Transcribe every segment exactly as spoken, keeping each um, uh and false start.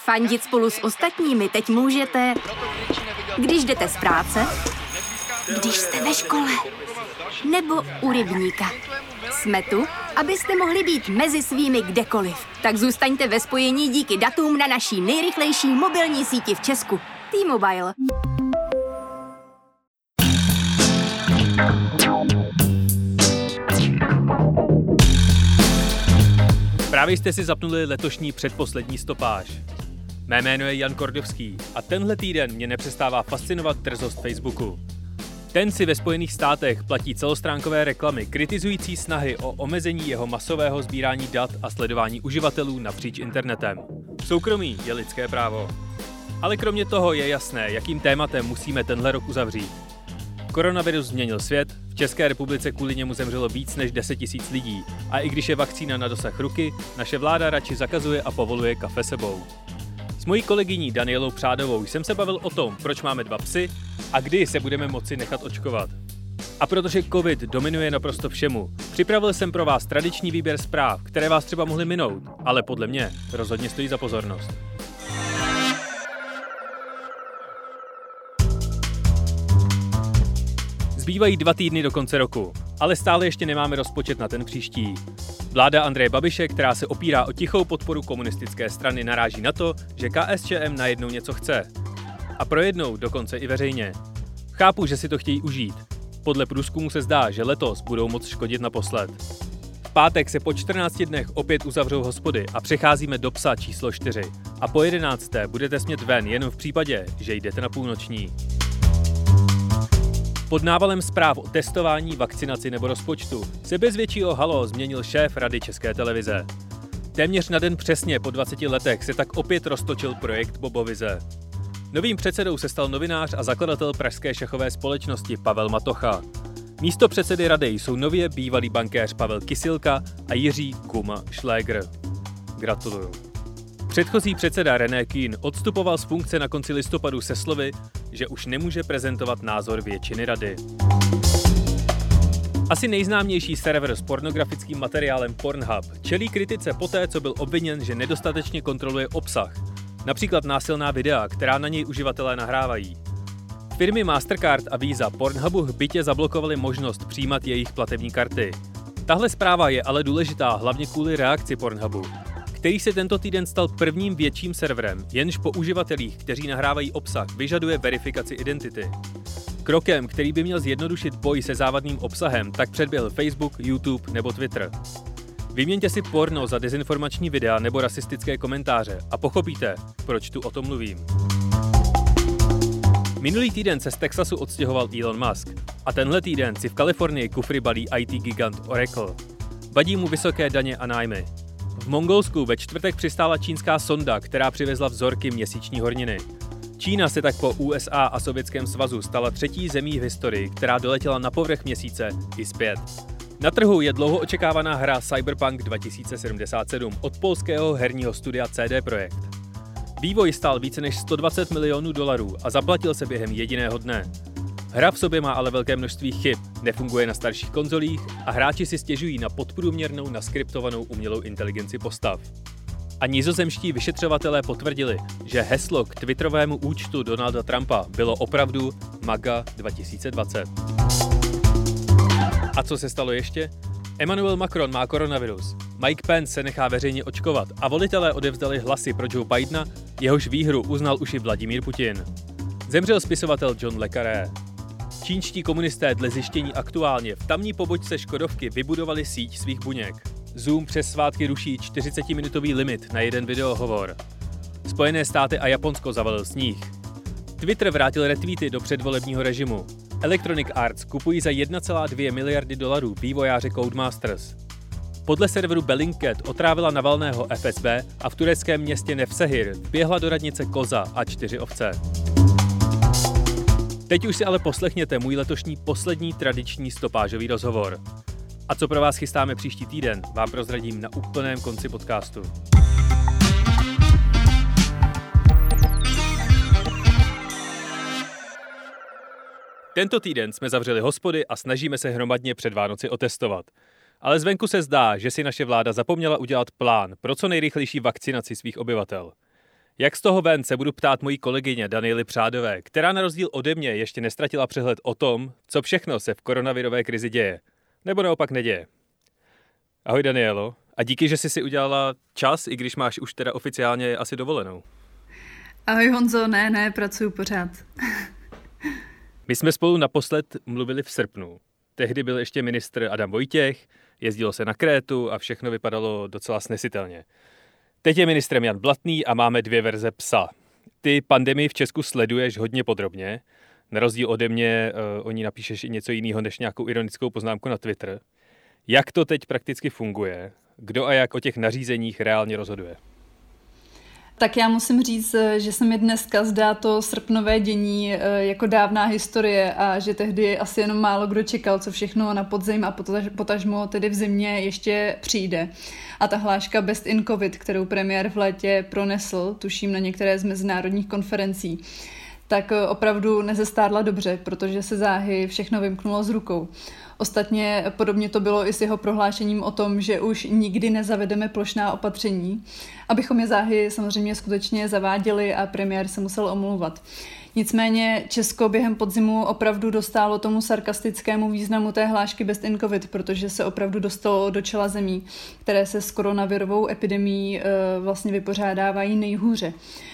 Fandit spolu s ostatními teď můžete, když jdete z práce, když jste ve škole, nebo u rybníka. Jsme tu, abyste mohli být mezi svými kdekoliv. Tak zůstaňte ve spojení díky datům na naší nejrychlejší mobilní síti v Česku. T-Mobile. Právě jste si zapnuli letošní předposlední stopáž. Mé jméno je Jan Kordovský a tenhle týden mě nepřestává fascinovat drzost Facebooku. Ten si ve Spojených státech platí celostránkové reklamy kritizující snahy o omezení jeho masového sbírání dat a sledování uživatelů napříč internetem. Soukromí je lidské právo. Ale kromě toho je jasné, jakým tématem musíme tenhle rok uzavřít. Koronavirus změnil svět, v České republice kvůli němu zemřelo víc než deset tisíc lidí a i když je vakcína na dosah ruky, naše vláda radši zakazuje a povoluje kafe sebou. S mojí kolegyní Danielou Přádovou jsem se bavil o tom, proč máme dva psy a kdy se budeme moci nechat očkovat. A protože covid dominuje naprosto všemu, připravil jsem pro vás tradiční výběr zpráv, které vás třeba mohly minout, ale podle mě rozhodně stojí za pozornost. Zbývají dva týdny do konce roku, ale stále ještě nemáme rozpočet na ten příští. Vláda Andreje Babiše, která se opírá o tichou podporu komunistické strany, naráží na to, že K S Č M najednou něco chce. A projednou dokonce i veřejně. Chápu, že si to chtějí užít. Podle průzkumu se zdá, že letos budou moc škodit naposled. V pátek se po čtrnácti dnech opět uzavřou hospody a přecházíme do psa číslo čtyři. A po jedenácté budete smět ven jenom v případě, že jdete na půlnoční. Pod návalem zpráv o testování, vakcinaci nebo rozpočtu se bez většího halo změnil šéf Rady České televize. Téměř na den přesně po dvaceti letech se tak opět roztočil projekt Bobovize. Novým předsedou se stal novinář a zakladatel pražské šachové společnosti Pavel Matocha. Místo předsedy rady jsou nově bývalý bankéř Pavel Kysilka a Jiří Kuma Šlégr. Gratuluju. Předchozí předseda René Kühn odstupoval z funkce na konci listopadu se slovy, že už nemůže prezentovat názor většiny rady. Asi nejznámější server s pornografickým materiálem Pornhub čelí kritice poté, co byl obviněn, že nedostatečně kontroluje obsah, například násilná videa, která na něj uživatelé nahrávají. Firmy Mastercard a Visa Pornhubu hbitě zablokovaly možnost přijímat jejich platební karty. Tahle zpráva je ale důležitá hlavně kvůli reakci Pornhubu, který se tento týden stal prvním větším serverem, jenž po uživatelích, kteří nahrávají obsah, vyžaduje verifikaci identity. Krokem, který by měl zjednodušit boj se závadným obsahem, tak předběhl Facebook, YouTube nebo Twitter. Vyměňte si porno za dezinformační videa nebo rasistické komentáře a pochopíte, proč tu o tom mluvím. Minulý týden se z Texasu odstěhoval Elon Musk a tenhle týden si v Kalifornii kufry balí í té gigant Oracle. Vadí mu vysoké daně a nájmy. V Mongolsku ve čtvrtek přistála čínská sonda, která přivezla vzorky měsíční horniny. Čína se tak po U S A a Sovětském svazu stala třetí zemí v historii, která doletěla na povrch měsíce i zpět. Na trhu je dlouho očekávaná hra Cyberpunk dva tisíce sedmdesát sedm od polského herního studia C D Projekt. Vývoj stál více než sto dvacet milionů dolarů a zaplatil se během jediného dne. Hra v sobě má ale velké množství chyb, nefunguje na starších konzolích a hráči si stěžují na podprůměrnou naskriptovanou umělou inteligenci postav. A nizozemští vyšetřovatelé potvrdili, že heslo k twitterovému účtu Donalda Trumpa bylo opravdu MAGA dva tisíce dvacet. A co se stalo ještě? Emmanuel Macron má koronavirus, Mike Pence se nechá veřejně očkovat a volitelé odevzdali hlasy pro Joe Bidena, jehož výhru uznal už i Vladimír Putin. Zemřel spisovatel John le Carré. Čínští komunisté dle zjištění Aktuálně v tamní pobočce Škodovky vybudovali síť svých buněk. Zoom přes svátky ruší čtyřicetiminutový limit na jeden videohovor. Spojené státy a Japonsko zavalil sníh. Twitter vrátil retweety do předvolebního režimu. Electronic Arts kupují za jedna celá dvě miliardy dolarů vývojáře Codemasters. Podle serveru Bellingcat otrávila Navalného F S B a v tureckém městě Nevsehir vběhla do radnice koza a čtyři ovce. Teď už si ale poslechněte můj letošní poslední tradiční stopážový rozhovor. A co pro vás chystáme příští týden, vám prozradím na úplném konci podcastu. Tento týden jsme zavřeli hospody a snažíme se hromadně před Vánoci otestovat. Ale zvenku se zdá, že si naše vláda zapomněla udělat plán pro co nejrychlejší vakcinaci svých obyvatel. Jak z toho ven, se budu ptát mojí kolegyně Daniely Přádové, která na rozdíl ode mě ještě nestratila přehled o tom, co všechno se v koronavirové krizi děje. Nebo naopak neděje. Ahoj Danielo, a díky, že jsi si udělala čas, i když máš už teda oficiálně asi dovolenou. Ahoj Honzo, ne, ne, pracuju pořád. My jsme spolu naposled mluvili v srpnu. Tehdy byl ještě ministr Adam Vojtěch, jezdilo se na Krétu a všechno vypadalo docela snesitelně. Teď je ministrem Jan Blatný a máme dvě verze psa. Ty pandemii v Česku sleduješ hodně podrobně. Na rozdíl ode mě uh, o ní napíšeš i něco jiného než nějakou ironickou poznámku na Twitter. Jak to teď prakticky funguje? Kdo a jak o těch nařízeních reálně rozhoduje? Tak já musím říct, že se mi dneska zdá to srpnové dění jako dávná historie a že tehdy asi jenom málo kdo čekal, co všechno na podzim a potažmo tedy v zimě ještě přijde. A ta hláška Best in Covid, kterou premiér v létě pronesl, tuším na některé z mezinárodních konferencí, tak opravdu nezestárla dobře, protože se záhy všechno vymknulo z rukou. Ostatně podobně to bylo i s jeho prohlášením o tom, že už nikdy nezavedeme plošná opatření, abychom je záhy samozřejmě skutečně zaváděli a premiér se musel omlouvat. Nicméně Česko během podzimu opravdu dostalo tomu sarkastickému významu té hlášky Best in Covid, protože se opravdu dostalo do čela zemí, které se s koronavirovou epidemií vlastně vypořádávají nejhůře.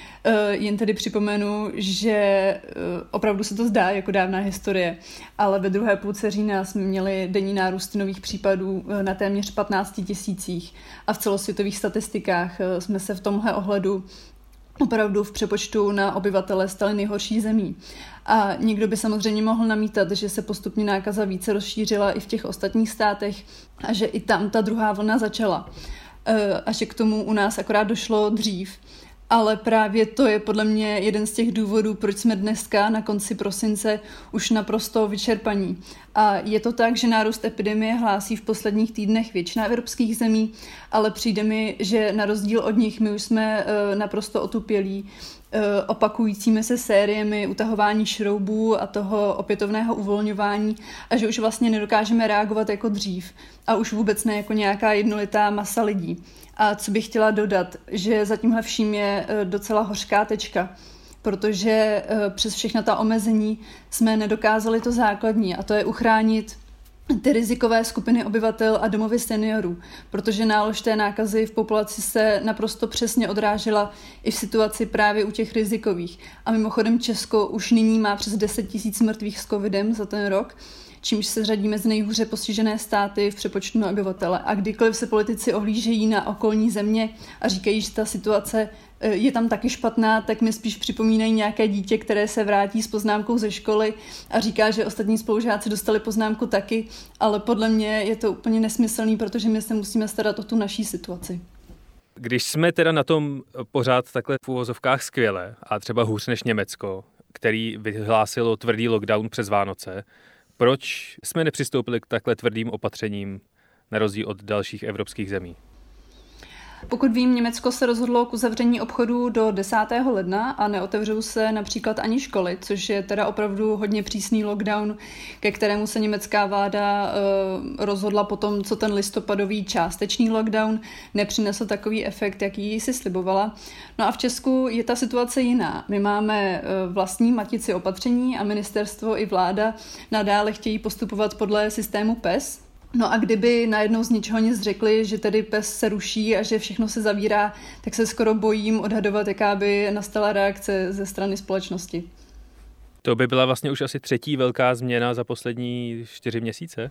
Uh, jen tedy připomenu, že uh, opravdu se to zdá jako dávná historie, ale ve druhé půlce října jsme měli denní nárůst nových případů uh, na téměř patnácti tisících a v celosvětových statistikách uh, jsme se v tomhle ohledu opravdu v přepočtu na obyvatele stali nejhorší zemí. A někdo by samozřejmě mohl namítat, že se postupně nákaza více rozšířila i v těch ostatních státech a že i tam ta druhá vlna začala. Uh, a že k tomu u nás akorát došlo dřív. Ale právě to je podle mě jeden z těch důvodů, proč jsme dneska na konci prosince už naprosto vyčerpaní. A je to tak, že nárůst epidemie hlásí v posledních týdnech většina evropských zemí, ale přijde mi, že na rozdíl od nich my už jsme uh, naprosto otupělí, uh, opakujícími se sériemi utahování šroubů a toho opětovného uvolňování a že už vlastně nedokážeme reagovat jako dřív a už vůbec ne jako nějaká jednolitá masa lidí. A co bych chtěla dodat, že za tímhle vším je docela hořká tečka, protože přes všechna ta omezení jsme nedokázali to základní a to je uchránit ty rizikové skupiny obyvatel a domovy seniorů, protože nálož té nákazy v populaci se naprosto přesně odrážela i v situaci právě u těch rizikových. A mimochodem Česko už nyní má přes deset tisíc mrtvých s covidem za ten rok, čímž se řadí mezi nejhůře postižené státy v přepočtu na obyvatele. A kdykoliv se politici ohlížejí na okolní země a říkají, že ta situace je tam taky špatná, tak mi spíš připomínají nějaké dítě, které se vrátí s poznámkou ze školy a říká, že ostatní spolužáci dostali poznámku taky, ale podle mě je to úplně nesmyslný, protože my se musíme starat o tu naší situaci. Když jsme teda na tom pořád takhle v uvozovkách skvěle a třeba hůř než Německo, který vyhlásilo tvrdý lockdown přes Vánoce, proč jsme nepřistoupili k takhle tvrdým opatřením na rozdíl od dalších evropských zemí? Pokud vím, Německo se rozhodlo k uzavření obchodu do desátého ledna a neotevřou se například ani školy, což je teda opravdu hodně přísný lockdown, ke kterému se německá vláda uh, rozhodla potom, co ten listopadový částečný lockdown nepřinesl takový efekt, jaký si slibovala. No a v Česku je ta situace jiná. My máme uh, vlastní matici opatření a ministerstvo i vláda nadále chtějí postupovat podle systému P E S. No a kdyby najednou z ničeho nic řekli, že tedy P E S se ruší a že všechno se zavírá, tak se skoro bojím odhadovat, jaká by nastala reakce ze strany společnosti. To by byla vlastně už asi třetí velká změna za poslední čtyři měsíce?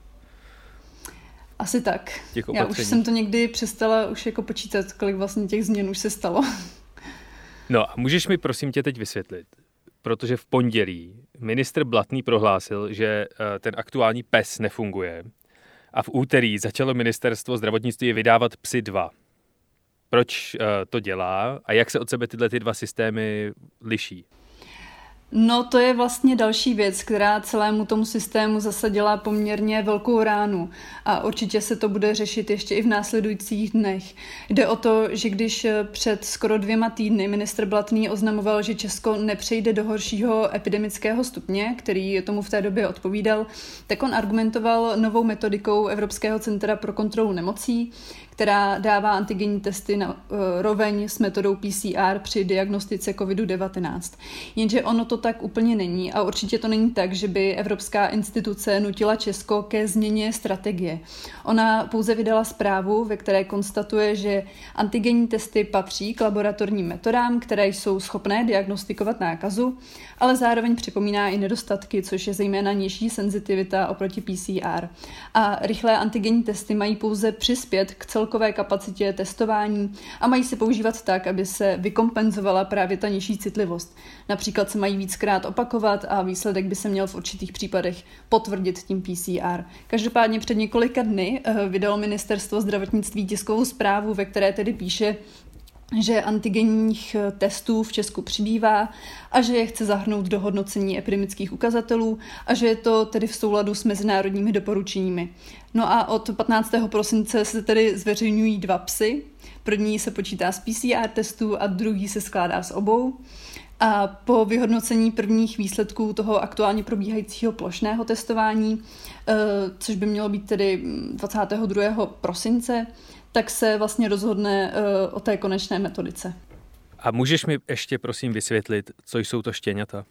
Asi tak. Já už jsem to někdy přestala už jako počítat, kolik vlastně těch změn už se stalo. No a můžeš mi prosím tě teď vysvětlit, protože v pondělí ministr Blatný prohlásil, že ten aktuální P E S nefunguje, a v úterý začalo ministerstvo zdravotnictví vydávat Psy dva. Proč uh, to dělá a jak se od sebe tyhle ty dva systémy liší? No to je vlastně další věc, která celému tomu systému zasadila poměrně velkou ránu a určitě se to bude řešit ještě i v následujících dnech. Jde o to, že když před skoro dvěma týdny ministr Blatný oznamoval, že Česko nepřejde do horšího epidemického stupně, který tomu v té době odpovídal, tak on argumentoval novou metodikou Evropského centra pro kontrolu nemocí, která dává antigenní testy na uh, roveň s metodou P C R při diagnostice covid devatenáct. Jenže ono to tak úplně není a určitě to není tak, že by Evropská instituce nutila Česko ke změně strategie. Ona pouze vydala zprávu, ve které konstatuje, že antigenní testy patří k laboratorním metodám, které jsou schopné diagnostikovat nákazu, ale zároveň připomíná i nedostatky, což je zejména nižší senzitivita oproti P C R. A rychlé antigenní testy mají pouze přispět k celkové kapacitě testování a mají se používat tak, aby se vykompenzovala právě ta nižší citlivost. Například se mají víckrát opakovat a výsledek by se měl v určitých případech potvrdit tím P C R. Každopádně před několika dny vydalo Ministerstvo zdravotnictví tiskovou zprávu, ve které tedy píše, že antigenních testů v Česku přibývá a že je chce zahrnout do hodnocení epidemických ukazatelů a že je to tedy v souladu s mezinárodními doporučeními. No a od patnáctého prosince se tedy zveřejňují dva psy. První se počítá z P C R testů a druhý se skládá z obou. A po vyhodnocení prvních výsledků toho aktuálně probíhajícího plošného testování, což by mělo být tedy dvacátého druhého prosince, tak se vlastně rozhodne uh, o té konečné metodice. A můžeš mi ještě prosím vysvětlit, co jsou to štěňata?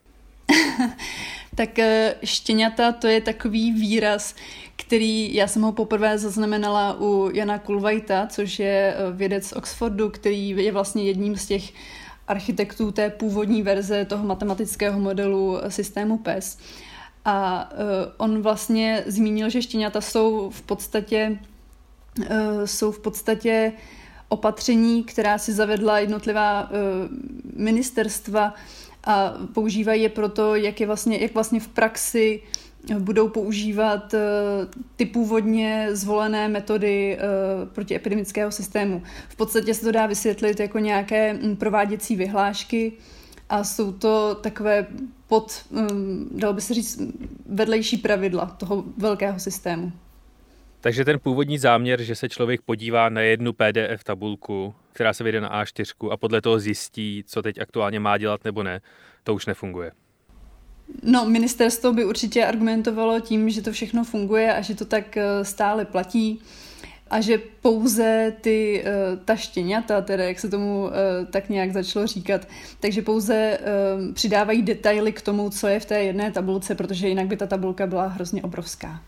Tak uh, štěňata to je takový výraz, který já jsem ho poprvé zaznamenala u Jana Kulvajta, což je vědec z Oxfordu, který je vlastně jedním z těch architektů té původní verze toho matematického modelu systému P E S. A uh, on vlastně zmínil, že štěňata jsou v podstatě jsou v podstatě opatření, která si zavedla jednotlivá ministerstva a používají je proto, jak, je vlastně, jak vlastně v praxi budou používat ty původně zvolené metody protiepidemického systému. V podstatě se to dá vysvětlit jako nějaké prováděcí vyhlášky a jsou to takové pod, dalo by se říct, vedlejší pravidla toho velkého systému. Takže ten původní záměr, že se člověk podívá na jednu P D F tabulku, která se vyjde na A čtyři a podle toho zjistí, co teď aktuálně má dělat nebo ne, to už nefunguje. No, ministerstvo by určitě argumentovalo tím, že to všechno funguje a že to tak stále platí a že pouze ty, ta štěňata, teda jak se tomu tak nějak začalo říkat, takže pouze přidávají detaily k tomu, co je v té jedné tabulce, protože jinak by ta tabulka byla hrozně obrovská.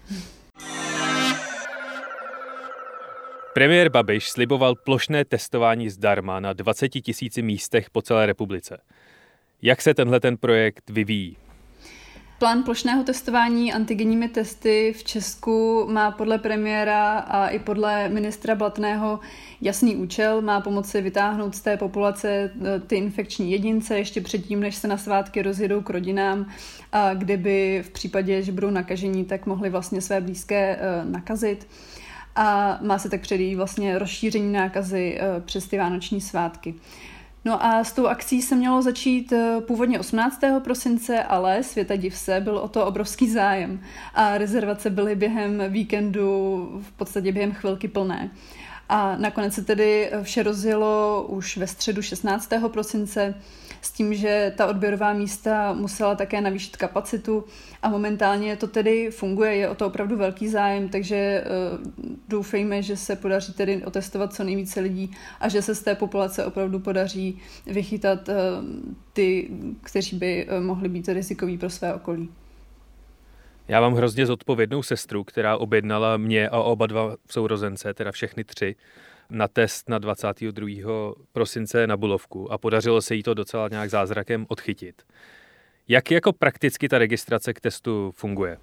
Premiér Babiš sliboval plošné testování zdarma na dvaceti tisíci místech po celé republice. Jak se tenhle ten projekt vyvíjí? Plán plošného testování antigenními testy v Česku má podle premiéra a i podle ministra Blatného jasný účel. Má pomoci vytáhnout z té populace ty infekční jedince ještě předtím, než se na svátky rozjedou k rodinám, a kde by v případě, že budou nakažení, tak mohli vlastně své blízké nakazit. A má se tak předejít vlastně rozšíření nákazy přes ty vánoční svátky. No a s tou akcí se mělo začít původně osmnáctého prosince, ale světa div se, byl o to obrovský zájem a rezervace byly během víkendu v podstatě během chvilky plné. A nakonec se tedy vše rozjelo už ve středu šestnáctého prosince s tím, že ta odběrová místa musela také navýšit kapacitu a momentálně to tedy funguje, je o to opravdu velký zájem, takže uh, doufejme, že se podaří tedy otestovat co nejvíce lidí a že se z té populace opravdu podaří vychytat uh, ty, kteří by uh, mohli být rizikoví pro své okolí. Já mám hrozně zodpovědnou sestru, která objednala mě a oba dva sourozence, teda všechny tři, na test na dvacátého druhého prosince na Bulovku a podařilo se jí to docela nějak zázrakem odchytit. Jak jako prakticky ta registrace k testu funguje?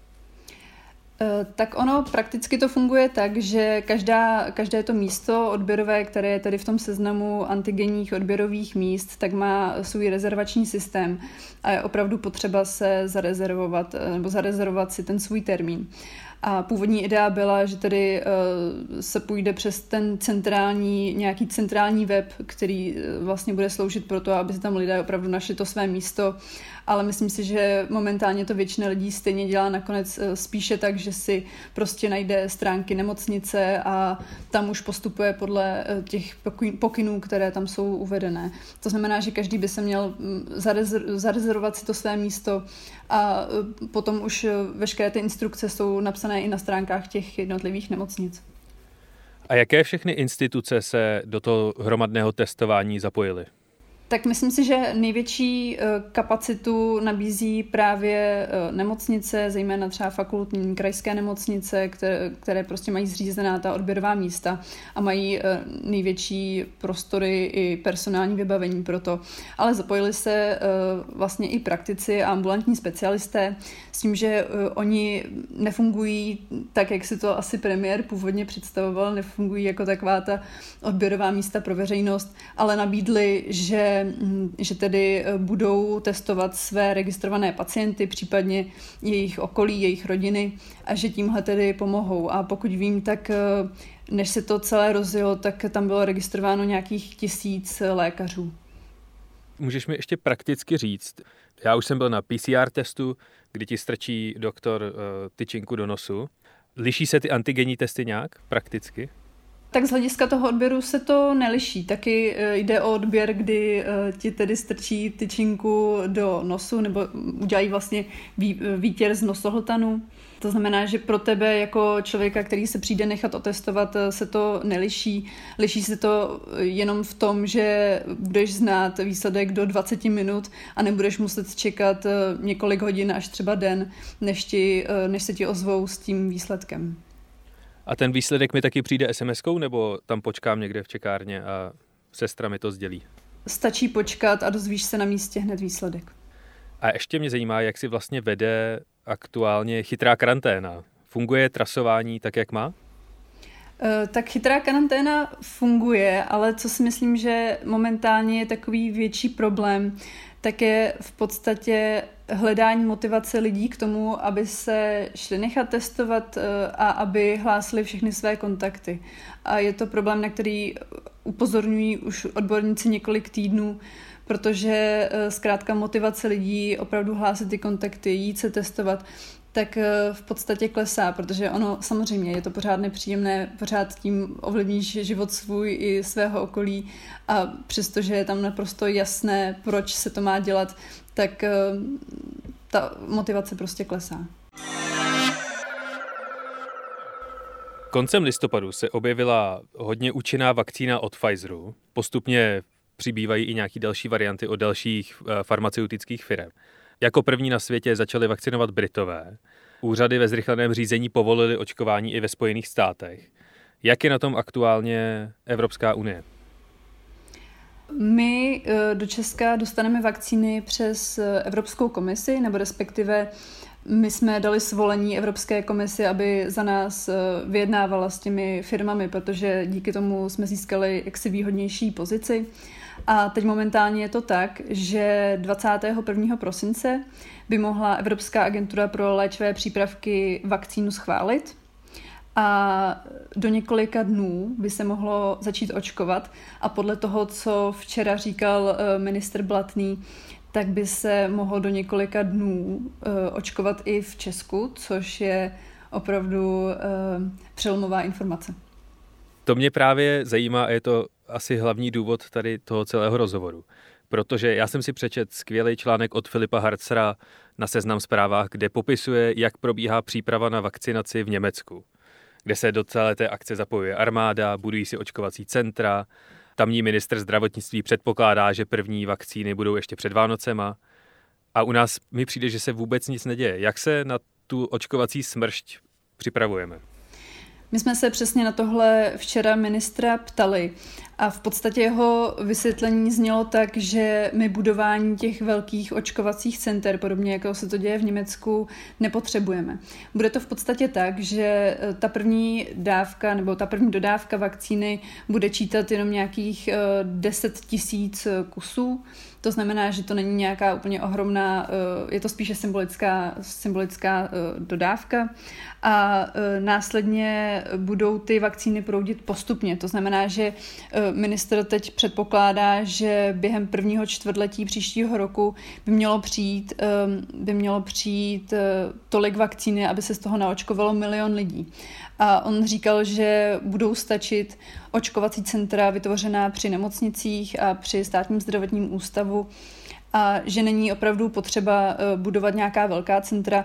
Tak ono prakticky to funguje tak, že každá, každé to místo odběrové, které je tady v tom seznamu antigenních odběrových míst, tak má svůj rezervační systém a je opravdu potřeba se zarezervovat nebo zarezervovat si ten svůj termín. A původní idea byla, že tedy uh, se půjde přes ten centrální, nějaký centrální web, který uh, vlastně bude sloužit pro to, aby se tam lidé opravdu našli to své místo, ale myslím si, že momentálně to většina lidí stejně dělá nakonec uh, spíše tak, že si prostě najde stránky nemocnice a tam už postupuje podle uh, těch pokynů, které tam jsou uvedené. To znamená, že každý by se měl zarezerv- zarezervovat si to své místo a uh, potom už uh, veškeré ty instrukce jsou napsané i na stránkách těch jednotlivých nemocnic. A jaké všechny instituce se do toho hromadného testování zapojily? Tak myslím si, že největší kapacitu nabízí právě nemocnice, zejména třeba fakultní, krajské nemocnice, které, které prostě mají zřízená ta odběrová místa a mají největší prostory i personální vybavení pro to. Ale zapojili se vlastně i praktici a ambulantní specialisté s tím, že oni nefungují tak, jak si to asi premiér původně představoval, nefungují jako taková ta odběrová místa pro veřejnost, ale nabídli, že že tedy budou testovat své registrované pacienty, případně jejich okolí, jejich rodiny a že tímhle tedy pomohou. A pokud vím, tak než se to celé rozjelo, tak tam bylo registrováno nějakých tisíc lékařů. Můžeš mi ještě prakticky říct, já už jsem byl na P C R testu, kdy ti strčí doktor uh, tyčinku do nosu. Liší se ty antigenní testy nějak prakticky? Tak z hlediska toho odběru se to neliší. Taky jde o odběr, kdy ti tedy strčí tyčinku do nosu nebo udělají vlastně výtěr z nosohltanu. To znamená, že pro tebe jako člověka, který se přijde nechat otestovat, se to neliší. Liší se to jenom v tom, že budeš znát výsledek do dvacet minut a nebudeš muset čekat několik hodin až třeba den, než, ti, než se ti ozvou s tím výsledkem. A ten výsledek mi taky přijde es em eskou, nebo tam počkám někde v čekárně a sestra mi to sdělí? Stačí počkat a dozvíš se na místě hned výsledek. A ještě mě zajímá, jak si vlastně vede aktuálně chytrá karanténa. Funguje trasování tak, jak má? Tak chytrá karanténa funguje, ale co si myslím, že momentálně je takový větší problém, tak je v podstatě hledání motivace lidí k tomu, aby se šli nechat testovat a aby hlásili všechny své kontakty. A je to problém, na který upozorňují už odborníci několik týdnů, protože zkrátka motivace lidí opravdu hlásit ty kontakty, jít se testovat, tak v podstatě klesá, protože ono samozřejmě je to pořád nepříjemné, pořád tím ovlivníš život svůj i svého okolí a přestože je tam naprosto jasné, proč se to má dělat, tak ta motivace prostě klesá. Koncem listopadu se objevila hodně účinná vakcína od Pfizeru. Postupně přibývají i nějaké další varianty od dalších farmaceutických firm. Jako první na světě začali vakcinovat Britové. Úřady ve zrychleném řízení povolily očkování i ve Spojených státech. Jak je na tom aktuálně Evropská unie? My do Česka dostaneme vakcíny přes Evropskou komisi, nebo respektive my jsme dali svolení Evropské komisi, aby za nás vyjednávala s těmi firmami, protože díky tomu jsme získali jaksi výhodnější pozici. A teď momentálně je to tak, že dvacátého prvního prosince by mohla Evropská agentura pro léčivé přípravky vakcínu schválit a do několika dnů by se mohlo začít očkovat a podle toho, co včera říkal ministr Blatný, tak by se mohlo do několika dnů očkovat i v Česku, což je opravdu přelomová informace. To mě právě zajímá a je to asi hlavní důvod tady toho celého rozhovoru. Protože já jsem si přečetl skvělý článek od Filipa Harcera na Seznam Zprávách, kde popisuje, jak probíhá příprava na vakcinaci v Německu, kde se do celé té akce zapojuje armáda, budují si očkovací centra, tamní ministr zdravotnictví předpokládá, že první vakcíny budou ještě před Vánocema a u nás mi přijde, že se vůbec nic neděje. Jak se na tu očkovací smršť připravujeme? My jsme se přesně na tohle včera ministra ptali a v podstatě jeho vysvětlení znělo tak, že my budování těch velkých očkovacích center, podobně jako se to děje v Německu, nepotřebujeme. Bude to v podstatě tak, že ta první dávka nebo ta první dodávka vakcíny bude čítat jenom nějakých deset tisíc kusů. To znamená, že to není nějaká úplně ohromná, je to spíše symbolická, symbolická dodávka a následně budou ty vakcíny proudit postupně. To znamená, že ministr teď předpokládá, že během prvního čtvrtletí příštího roku by mělo přijít, by mělo přijít tolik vakcíny, aby se z toho naočkovalo milion lidí. A on říkal, že budou stačit očkovací centra vytvořená při nemocnicích a při státním zdravotním ústavu a že není opravdu potřeba budovat nějaká velká centra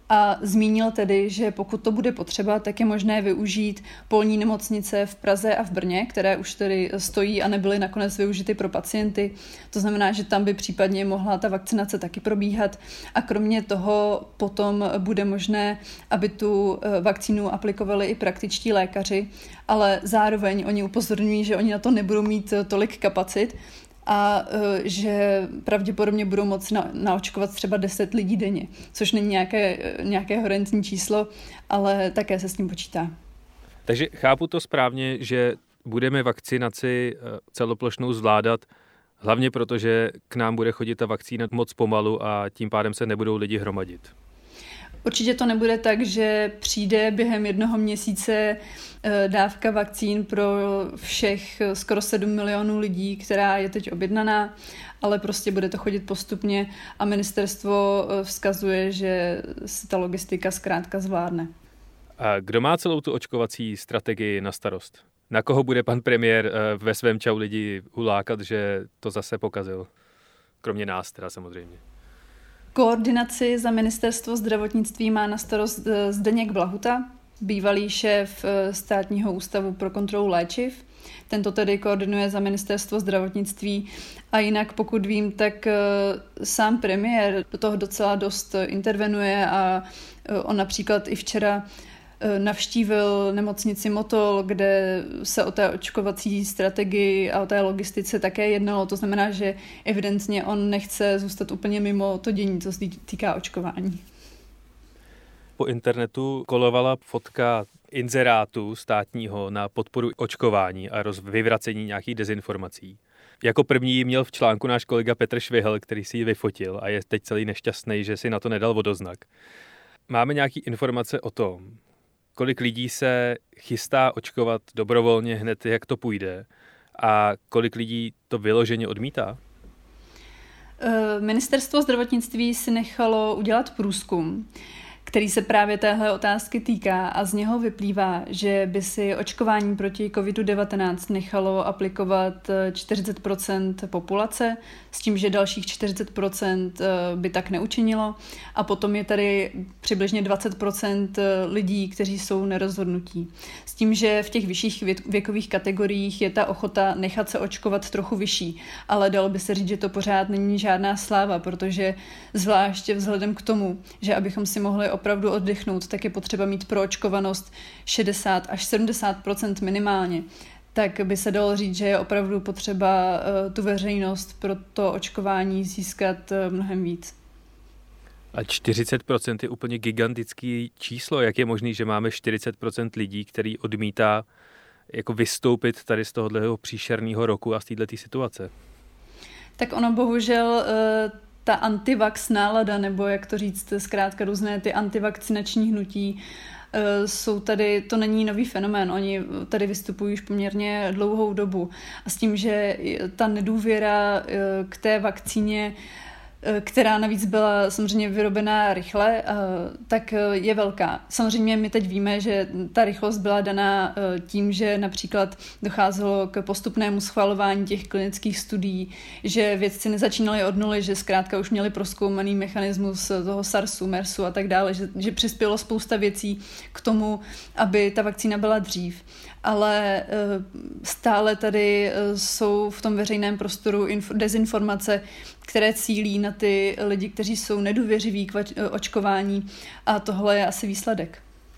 A zmínil tedy, že pokud to bude potřeba, tak je možné využít polní nemocnice v Praze a v Brně, které už tedy stojí a nebyly nakonec využity pro pacienty. To znamená, že tam by případně mohla ta vakcinace taky probíhat. A kromě toho potom bude možné, aby tu vakcínu aplikovali i praktičtí lékaři, ale zároveň oni upozorňují, že oni na to nebudou mít tolik kapacit, a že pravděpodobně budou moci na, naočkovat třeba deset lidí denně, což není nějaké, nějaké horentní číslo, ale také se s tím počítá. Takže chápu to správně, že budeme vakcinaci celoplošnou zvládat, hlavně proto, že k nám bude chodit ta vakcína moc pomalu a tím pádem se nebudou lidi hromadit. Určitě to nebude tak, že přijde během jednoho měsíce dávka vakcín pro všech skoro sedm milionů lidí, která je teď objednaná, ale prostě bude to chodit postupně a ministerstvo vzkazuje, že se ta logistika zkrátka zvládne. A kdo má celou tu očkovací strategii na starost? Na koho bude pan premiér ve svém Čau lidi ulákat, že to zase pokazil? Kromě nás teda samozřejmě. Koordinaci za ministerstvo zdravotnictví má na starost Zdeněk Blahuta, bývalý šéf Státního ústavu pro kontrolu léčiv. Tento tedy koordinuje za ministerstvo zdravotnictví a jinak pokud vím, tak sám premiér do toho docela dost intervenuje a on například i včera navštívil nemocnici Motol, kde se o té očkovací strategii a o té logistice také jednalo. To znamená, že evidentně on nechce zůstat úplně mimo to dění, co se týká očkování. Po internetu kolovala fotka inzerátu státního na podporu očkování a vyvracení nějakých dezinformací. Jako první měl v článku náš kolega Petr Švihl, který si ji vyfotil a je teď celý nešťastný, že si na to nedal vodoznak. Máme nějaké informace o tom, kolik lidí se chystá očkovat dobrovolně hned, jak to půjde, a kolik lidí to vyloženě odmítá? Ministerstvo zdravotnictví si nechalo udělat průzkum, který se právě téhle otázky týká a z něho vyplývá, že by si očkování proti kovid devatenáct nechalo aplikovat čtyřicet procent populace, s tím, že dalších čtyřicet procent by tak neučinilo a potom je tady přibližně dvacet procent lidí, kteří jsou nerozhodnutí. S tím, že v těch vyšších věkových kategoriích je ta ochota nechat se očkovat trochu vyšší, ale dalo by se říct, že to pořád není žádná sláva, protože zvláště vzhledem k tomu, že abychom si mohli opravdu oddechnout, tak je potřeba mít proočkovanost šedesát až sedmdesát procent minimálně. Tak by se dalo říct, že je opravdu potřeba uh, tu veřejnost pro to očkování získat uh, mnohem víc. A čtyřicet procent je úplně gigantický číslo. Jak je možné, že máme čtyřicet procent lidí, který odmítá jako vystoupit tady z tohohle příšerného roku a z této situace? Tak ono bohužel uh, ta antivax nálada, nebo jak to říct, zkrátka různé ty antivakcinační hnutí, jsou tady, to není nový fenomén, oni tady vystupují už poměrně dlouhou dobu. A s tím, že ta nedůvěra k té vakcíně, která navíc byla samozřejmě vyrobená rychle, tak je velká. Samozřejmě my teď víme, že ta rychlost byla daná tím, že například docházelo k postupnému schvalování těch klinických studií, že vědci nezačínali od nuly, že zkrátka už měli prozkoumaný mechanismus toho SARSu, MERSu a tak dále, že, že přispělo spousta věcí k tomu, aby ta vakcína byla dřív. Ale stále tady jsou v tom veřejném prostoru dezinformace, které cílí na ty lidi, kteří jsou nedůvěřiví k očkování a tohle je asi výsledek.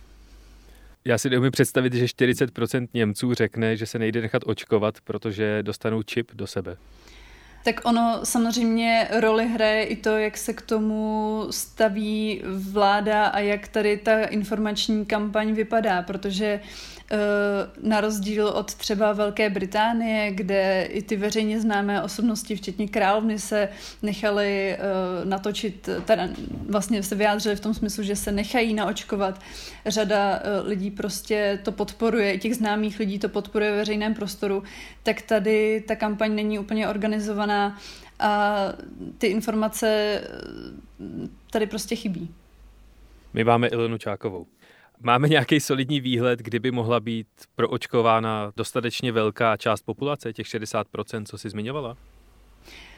Já si neumím představit, že čtyřicet procent Němců řekne, že se nejde nechat očkovat, protože dostanou čip do sebe. Tak ono samozřejmě roli hraje i to, jak se k tomu staví vláda a jak tady ta informační kampaň vypadá, protože na rozdíl od třeba Velké Británie, kde i ty veřejně známé osobnosti, včetně královny, se nechali natočit, teda vlastně se vyjádřili v tom smyslu, že se nechají naočkovat. Řada lidí prostě to podporuje, i těch známých lidí to podporuje ve veřejném prostoru, tak tady ta kampaň není úplně organizovaná a ty informace tady prostě chybí. My máme Ilonu Čákovou. Máme nějaký solidní výhled, kdyby mohla být proočkována dostatečně velká část populace, těch šedesát procent, co jsi zmiňovala?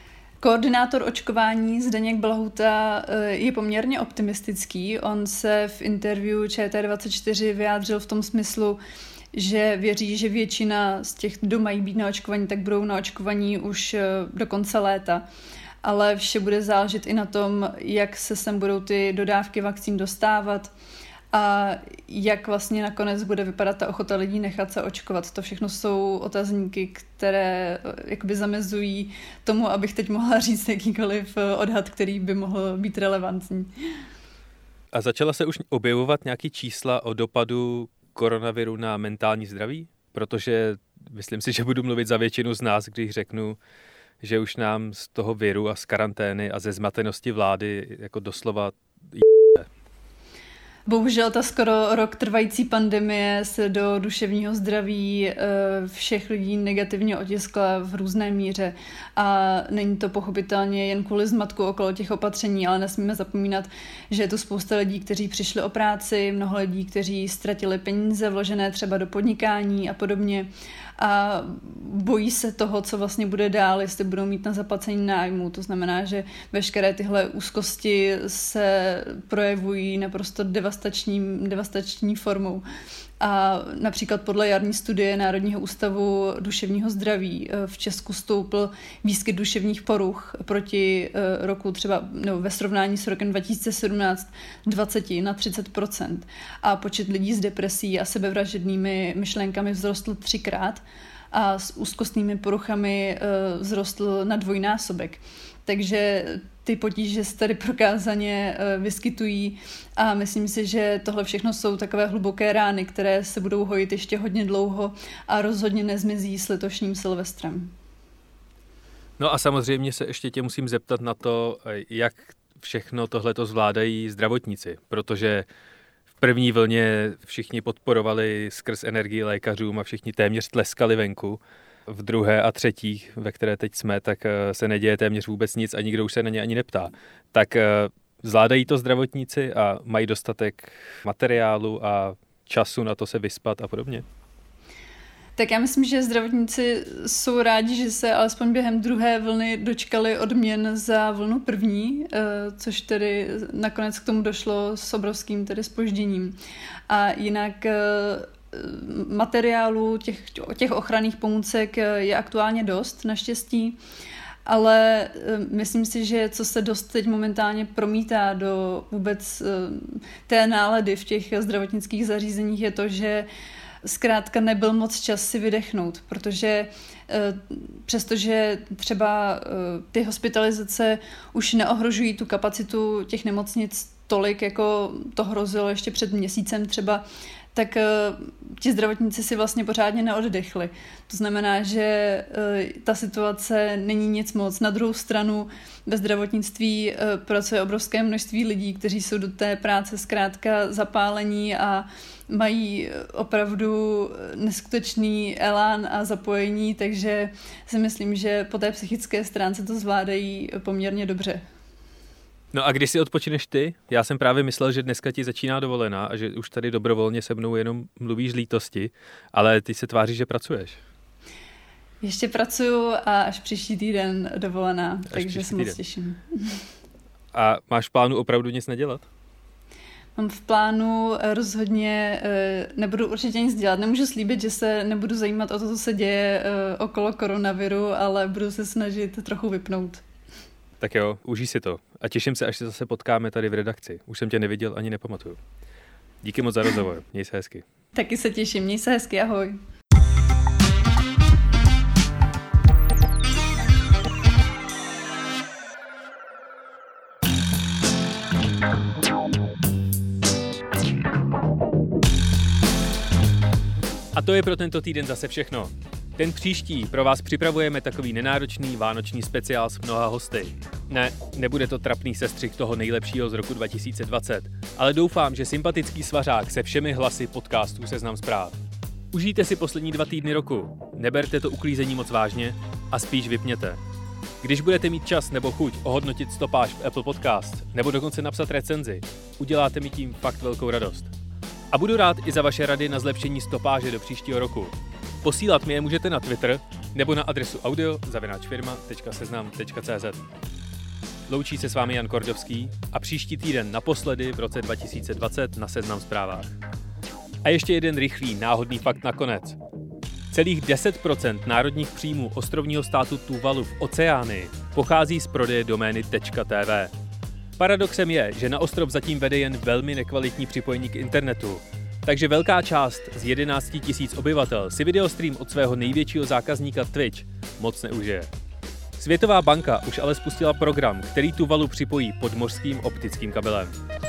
Koordinátor očkování Zdeněk Blahuta je poměrně optimistický. On se v interview Č T dvacet čtyři vyjádřil v tom smyslu, že věří, že většina z těch, kdo mají být naočkovaní, tak budou naočkovaní už do konce léta. Ale vše bude záležet i na tom, jak se sem budou ty dodávky vakcín dostávat a jak vlastně nakonec bude vypadat ta ochota lidí nechat se očkovat. To všechno jsou otazníky, které jakoby zamezují tomu, abych teď mohla říct jakýkoliv odhad, který by mohl být relevantní. A začala se už objevovat nějaký čísla o dopadu koronaviru na mentální zdraví? Protože myslím si, že budu mluvit za většinu z nás, když řeknu, že už nám z toho viru a z karantény a ze zmatenosti vlády jako doslova j***e. Bohužel ta skoro rok trvající pandemie se do duševního zdraví všech lidí negativně otiskla v různé míře a není to pochopitelně jen kvůli zmatku okolo těch opatření, ale nesmíme zapomínat, že je tu spousta lidí, kteří přišli o práci, mnoho lidí, kteří ztratili peníze vložené třeba do podnikání a podobně a bojí se toho, co vlastně bude dál, jestli budou mít na zaplacení nájmu. To znamená, že veškeré tyhle úzkosti se projevují naprosto devastační, devastační formou. A například podle jarní studie Národního ústavu duševního zdraví v Česku stoupl výskyt duševních poruch proti roku třeba nebo ve srovnání s rokem dva tisíce sedmnáct dvacet na třicet procent. A počet lidí s depresí a sebevražednými myšlenkami vzrostl třikrát a s úzkostnými poruchami vzrostl na dvojnásobek. Takže ty potíže se tady prokázaně vyskytují a myslím si, že tohle všechno jsou takové hluboké rány, které se budou hojit ještě hodně dlouho a rozhodně nezmizí s letošním Silvestrem. No a samozřejmě se ještě tě musím zeptat na to, jak všechno tohleto zvládají zdravotníci, protože v první vlně všichni podporovali skrz energii lékařům a všichni téměř tleskali venku. V druhé a třetí, ve které teď jsme, tak se neděje téměř vůbec nic a nikdo už se na ně ani neptá. Tak zvládají to zdravotníci a mají dostatek materiálu a času na to se vyspat a podobně? Tak já myslím, že zdravotníci jsou rádi, že se alespoň během druhé vlny dočkali odměn za vlnu první, což tedy nakonec k tomu došlo s obrovským tedy zpožděním. A jinak materiálu, těch, těch ochranných pomůcek je aktuálně dost, naštěstí, ale myslím si, že co se dost teď momentálně promítá do vůbec té nálady v těch zdravotnických zařízeních je to, že zkrátka nebyl moc čas si vydechnout, protože přestože třeba ty hospitalizace už neohrožují tu kapacitu těch nemocnic tolik, jako to hrozilo ještě před měsícem třeba, tak ti zdravotníci si vlastně pořádně neoddechli. To znamená, že ta situace není nic moc. Na druhou stranu ve zdravotnictví pracuje obrovské množství lidí, kteří jsou do té práce zkrátka zapálení a mají opravdu neskutečný elán a zapojení, takže si myslím, že po té psychické stránce to zvládají poměrně dobře. No a když si odpočineš ty? Já jsem právě myslel, že dneska ti začíná dovolená a že už tady dobrovolně se mnou jenom mluvíš z lítosti, ale ty se tváříš, že pracuješ. Ještě pracuju a až příští týden dovolená, až takže se moc těším. A máš v plánu opravdu nic nedělat? Mám v plánu rozhodně, nebudu určitě nic dělat, nemůžu slíbit, že se nebudu zajímat o to, co se děje okolo koronaviru, ale budu se snažit trochu vypnout. Tak jo, užij si to. A těším se, až se zase potkáme tady v redakci. Už jsem tě neviděl ani nepamatuju. Díky moc za rozhovor. Měj se hezky. Taky se těším. Měj se hezky. Ahoj. A to je pro tento týden zase všechno. Ten příští pro vás připravujeme takový nenáročný vánoční speciál s mnoha hosty. Ne, nebude to trapný sestřih toho nejlepšího z roku dva tisíce dvacet, ale doufám, že sympatický svařák se všemi hlasy podcastů Seznam zpráv. Užijte si poslední dva týdny roku, neberte to uklízení moc vážně a spíš vypněte. Když budete mít čas nebo chuť ohodnotit stopáž v Apple Podcast nebo dokonce napsat recenzi, uděláte mi tím fakt velkou radost. A budu rád i za vaše rady na zlepšení stopáže do příštího roku. Posílat mi je můžete na Twitter, nebo na adresu audio zavináč firma tečka seznam tečka cé zet. Loučí se s vámi Jan Kordovský a příští týden naposledy v roce dva tisíce dvacet na Seznam Zprávách. A ještě jeden rychlý náhodný fakt nakonec. Celých deset procent národních příjmů ostrovního státu Tuvalu v Oceánii pochází z prodeje domény .tv. Paradoxem je, že na ostrov zatím vede jen velmi nekvalitní připojení k internetu, takže velká část z jedenáct tisíc obyvatel si videostream od svého největšího zákazníka Twitch moc neužije. Světová banka už ale spustila program, který Tuvalu připojí pod mořským optickým kabelem.